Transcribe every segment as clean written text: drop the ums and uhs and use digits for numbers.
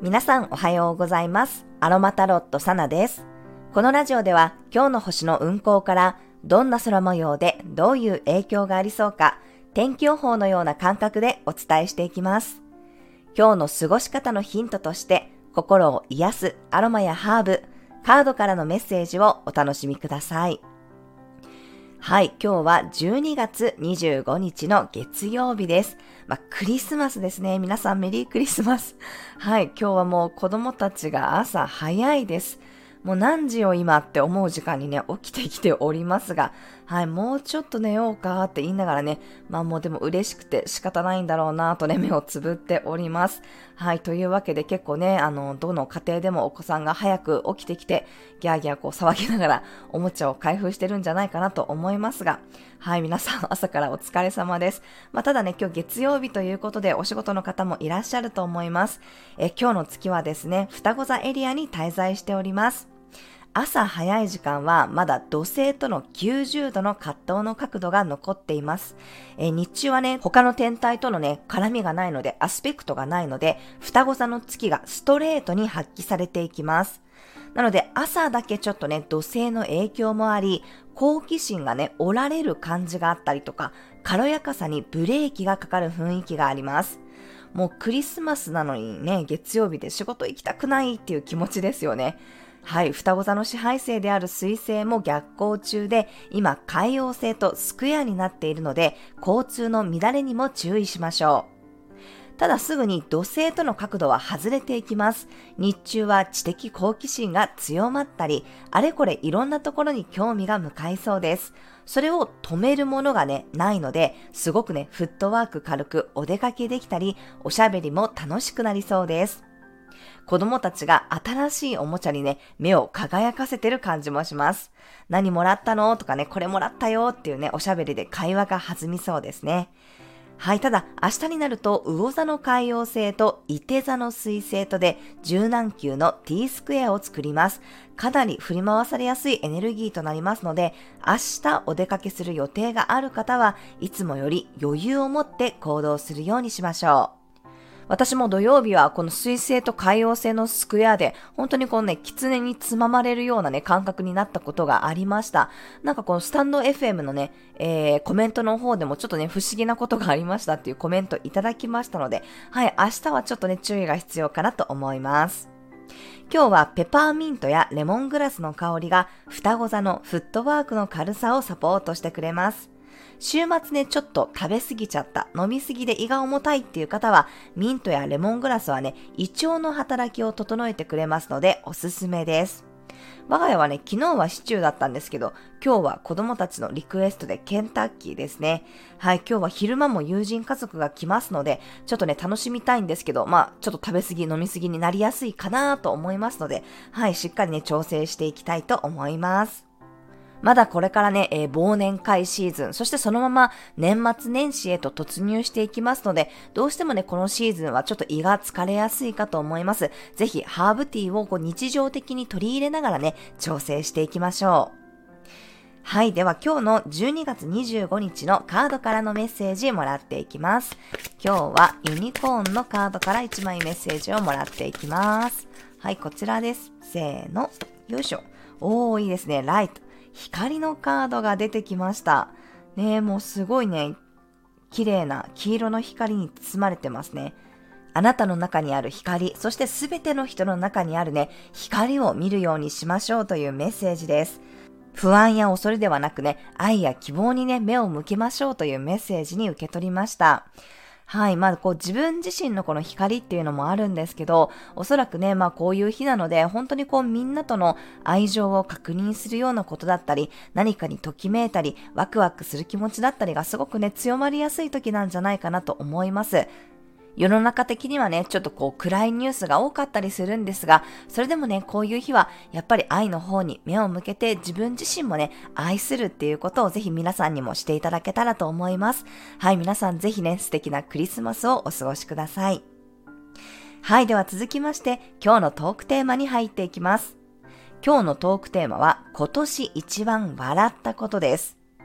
皆さんおはようございます。アロマタロットサナです。このラジオでは今日の星の運行からどんな空模様でどういう影響がありそうか、天気予報のような感覚でお伝えしていきます。今日の過ごし方のヒントとして心を癒すアロマやハーブ、カードからのメッセージをお楽しみください。はい、今日は12月25日の月曜日です。クリスマスですね。皆さんメリークリスマス。はい、今日はもう子供たちが朝早いです。もう何時よ今って思う時間にね、起きてきておりますが、はい、もうちょっと寝ようかって言いながらね、もうでも嬉しくて仕方ないんだろうなとね、目をつぶっております。はい、というわけで結構ね、どの家庭でもお子さんが早く起きてきて、ギャーギャー騒ぎながらおもちゃを開封してるんじゃないかなと思いますが、はい、皆さん朝からお疲れ様です。ただね、今日月曜日ということでお仕事の方もいらっしゃると思います。今日の月はですね、双子座エリアに滞在しております。朝早い時間はまだ土星との90度の葛藤の角度が残っています。日中はね、他の天体とのね、絡みがないので、アスペクトがないので、双子座の月がストレートに発揮されていきます。なので朝だけちょっとね、土星の影響もあり、好奇心がね、折られる感じがあったりとか、軽やかさにブレーキがかかる雰囲気があります。もうクリスマスなのにね、月曜日で仕事行きたくないっていう気持ちですよね。はい、双子座の支配星である水星も逆行中で、今海王星とスクエアになっているので、交通の乱れにも注意しましょう。ただすぐに土星との角度は外れていきます。日中は知的好奇心が強まったり、あれこれいろんなところに興味が向かいそうです。それを止めるものがね、ないので、すごくね、フットワーク軽くお出かけできたり、おしゃべりも楽しくなりそうです。子供たちが新しいおもちゃにね、目を輝かせてる感じもします。何もらったのとかね、これもらったよっていうね、おしゃべりで会話が弾みそうですね。はい、ただ明日になると魚座の海王星と射手座の水星とで柔軟球の T スクエアを作ります。かなり振り回されやすいエネルギーとなりますので、明日お出かけする予定がある方はいつもより余裕を持って行動するようにしましょう。私も土曜日はこの水星と海王星のスクエアで本当にこのね、狐につままれるようなね、感覚になったことがありました。なんかこのスタンド FM のね、コメントの方でもちょっとね、不思議なことがありましたっていうコメントいただきましたので、はい、明日はちょっとね、注意が必要かなと思います。今日はペパーミントやレモングラスの香りが双子座のフットワークの軽さをサポートしてくれます。週末ね、ちょっと食べ過ぎちゃった、飲み過ぎで胃が重たいっていう方は、ミントやレモングラスはね、胃腸の働きを整えてくれますので、おすすめです。我が家はね、昨日はシチューだったんですけど、今日は子供たちのリクエストでケンタッキーですね。はい、今日は昼間も友人家族が来ますので、ちょっとね、楽しみたいんですけど、ちょっと食べ過ぎ、飲み過ぎになりやすいかなと思いますので、はい、しっかりね、調整していきたいと思います。まだこれからね、忘年会シーズン、そしてそのまま年末年始へと突入していきますので、どうしてもね、このシーズンはちょっと胃が疲れやすいかと思います。ぜひハーブティーを日常的に取り入れながらね、調整していきましょう。はい、では今日の12月25日のカードからのメッセージもらっていきます。今日はユニコーンのカードから1枚メッセージをもらっていきます。はい、こちらです。せーの、よいしょ。いいですね、ライト。光のカードが出てきました。ねえ、もうすごいね、綺麗な黄色の光に包まれてますね。あなたの中にある光、そしてすべての人の中にあるね、光を見るようにしましょうというメッセージです。不安や恐れではなくね、愛や希望にね、目を向けましょうというメッセージに受け取りました。はい。自分自身のこの光っていうのもあるんですけど、おそらくね、こういう日なので、本当にみんなとの愛情を確認するようなことだったり、何かにときめいたり、ワクワクする気持ちだったりがすごくね、強まりやすい時なんじゃないかなと思います。世の中的にはね、ちょっと暗いニュースが多かったりするんですが、それでもね、こういう日はやっぱり愛の方に目を向けて自分自身もね、愛するっていうことをぜひ皆さんにもしていただけたらと思います。はい、皆さんぜひね、素敵なクリスマスをお過ごしください。はい、では続きまして今日のトークテーマに入っていきます。今日のトークテーマは今年一番笑ったことです。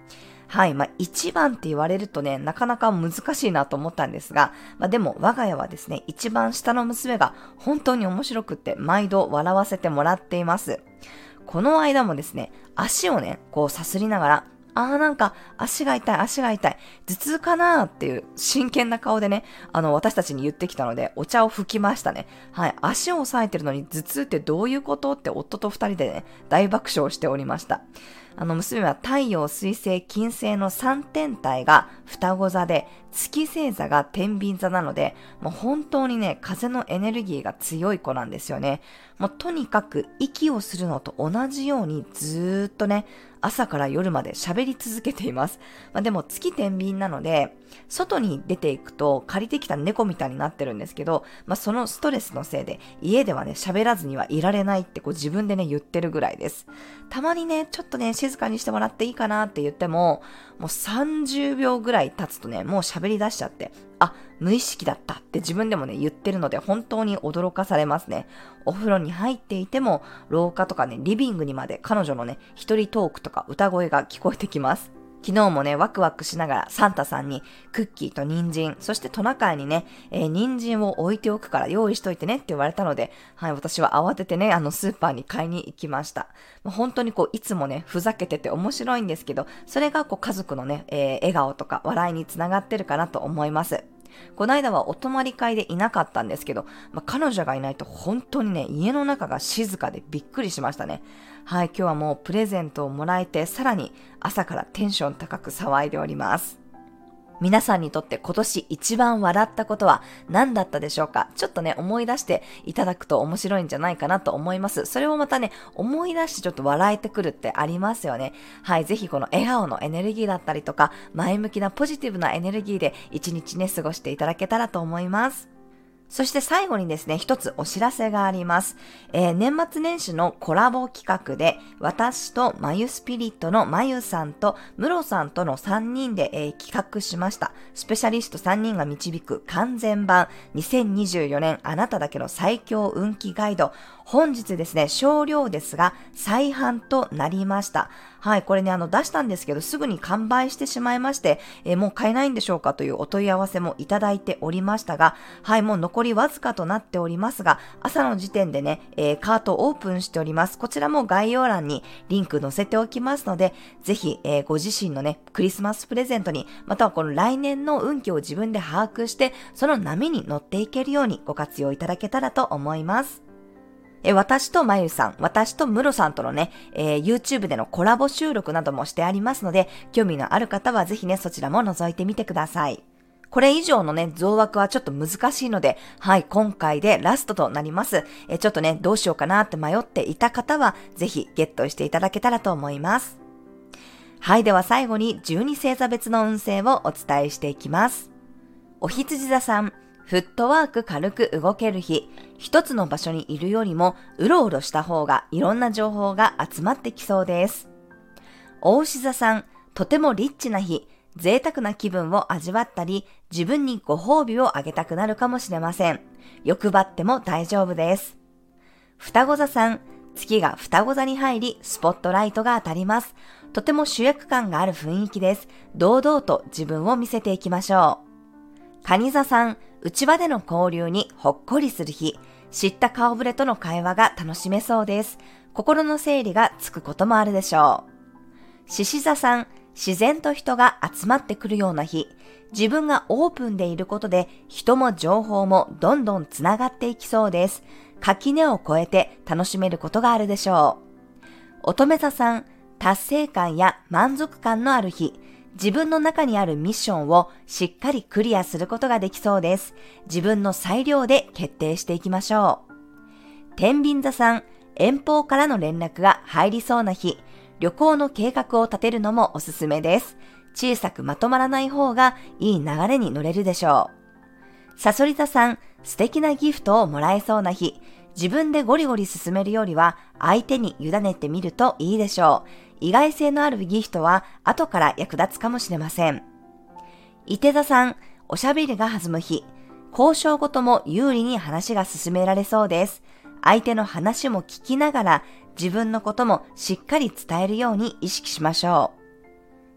はい。一番って言われるとね、なかなか難しいなと思ったんですが、でも我が家はですね、一番下の娘が本当に面白くって毎度笑わせてもらっています。この間もですね、足をね、こうさすりながら、なんか足が痛い、頭痛かなーっていう真剣な顔でね、私たちに言ってきたので、お茶を拭きましたね。はい。足を押さえてるのに頭痛ってどういうことって夫と二人でね、大爆笑しておりました。娘は太陽、水星、金星の3天体が双子座で、月星座が天秤座なので、もう本当にね、風のエネルギーが強い子なんですよね。もうとにかく息をするのと同じようにずーっとね、朝から夜まで喋り続けています。でも月天秤なので、外に出ていくと借りてきた猫みたいになってるんですけど、そのストレスのせいで家ではね、喋らずにはいられないってこう自分でね、言ってるぐらいです。たまにね、ちょっとね、静かにしてもらっていいかなって言っても、もう30秒ぐらい経つとね、もう喋り出しちゃって、無意識だったって自分でもね、言ってるので本当に驚かされますね。お風呂に入っていても、廊下とかね、リビングにまで彼女のね、一人トークとか歌声が聞こえてきます。昨日もね、ワクワクしながらサンタさんにクッキーと人参、そしてトナカイにね、人参を置いておくから用意しといてねって言われたので、はい、私は慌ててね、スーパーに買いに行きました。本当にこう、いつもね、ふざけてて面白いんですけど、それがこう、家族のね、笑顔とか笑いにつながってるかなと思います。この間はお泊まり会でいなかったんですけど、彼女がいないと本当にね、家の中が静かでびっくりしましたね。はい、今日はもうプレゼントをもらえて、さらに朝からテンション高く騒いでおります。皆さんにとって今年一番笑ったことは何だったでしょうか？ちょっとね、思い出していただくと面白いんじゃないかなと思います。それをまたね、思い出してちょっと笑えてくるってありますよね。はい、ぜひこの笑顔のエネルギーだったりとか、前向きなポジティブなエネルギーで一日ね、過ごしていただけたらと思います。そして最後にですね、一つお知らせがあります。年末年始のコラボ企画で、私とまゆスピリットのまゆさんとムロさんとの3人で、企画しました。スペシャリスト3人が導く完全版2024年あなただけの最強運気ガイド。本日ですね、少量ですが再販となりました。はい、これね、出したんですけど、すぐに完売してしまいまして、もう買えないんでしょうかというお問い合わせもいただいておりましたが、はい、もう残りわずかとなっておりますが、朝の時点でね、カートオープンしております。こちらも概要欄にリンク載せておきますので、ぜひ、ご自身のね、クリスマスプレゼントに、またはこの来年の運気を自分で把握して、その波に乗っていけるようにご活用いただけたらと思います。私とまゆさん、私とムロさんとのね、YouTube でのコラボ収録などもしてありますので、興味のある方はぜひね、そちらも覗いてみてください。これ以上のね、増枠はちょっと難しいので、はい、今回でラストとなります。ちょっとね、どうしようかなって迷っていた方は、ぜひゲットしていただけたらと思います。はい、では最後に12星座別の運勢をお伝えしていきます。お羊座さん、フットワーク軽く動ける日、一つの場所にいるよりもうろうろした方がいろんな情報が集まってきそうです。牡牛座さん、とてもリッチな日、贅沢な気分を味わったり、自分にご褒美をあげたくなるかもしれません。欲張っても大丈夫です。双子座さん、月が双子座に入り、スポットライトが当たります。とても主役感がある雰囲気です。堂々と自分を見せていきましょう。蟹座さん、内場での交流にほっこりする日、知った顔ぶれとの会話が楽しめそうです。心の整理がつくこともあるでしょう。獅子座さん、自然と人が集まってくるような日、自分がオープンでいることで人も情報もどんどんつながっていきそうです。垣根を越えて楽しめることがあるでしょう。乙女座さん、達成感や満足感のある日、自分の中にあるミッションをしっかりクリアすることができそうです。自分の裁量で決定していきましょう。天秤座さん、遠方からの連絡が入りそうな日、旅行の計画を立てるのもおすすめです。小さくまとまらない方がいい流れに乗れるでしょう。さそり座さん、素敵なギフトをもらえそうな日、自分でゴリゴリ進めるよりは相手に委ねてみるといいでしょう。意外性のあるギフトは後から役立つかもしれません。いて座さん、おしゃべりが弾む日、交渉ごとも有利に話が進められそうです。相手の話も聞きながら自分のこともしっかり伝えるように意識しましょう。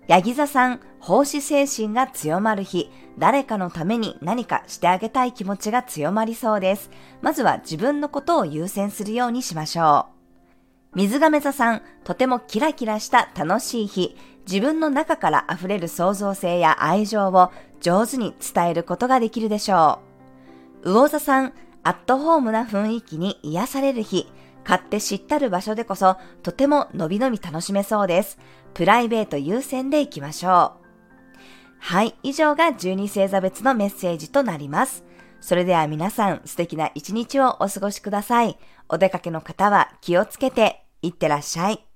ヤギ座さん、奉仕精神が強まる日、誰かのために何かしてあげたい気持ちが強まりそうです。まずは自分のことを優先するようにしましょう。水亀座さん、とてもキラキラした楽しい日、自分の中から溢れる創造性や愛情を上手に伝えることができるでしょう。魚座さん、アットホームな雰囲気に癒される日、勝手知ったる場所でこそとてものびのび楽しめそうです。プライベート優先でいきましょう。はい、以上が12星座別のメッセージとなります。それでは皆さん、素敵な一日をお過ごしください。お出かけの方は気をつけていってらっしゃい。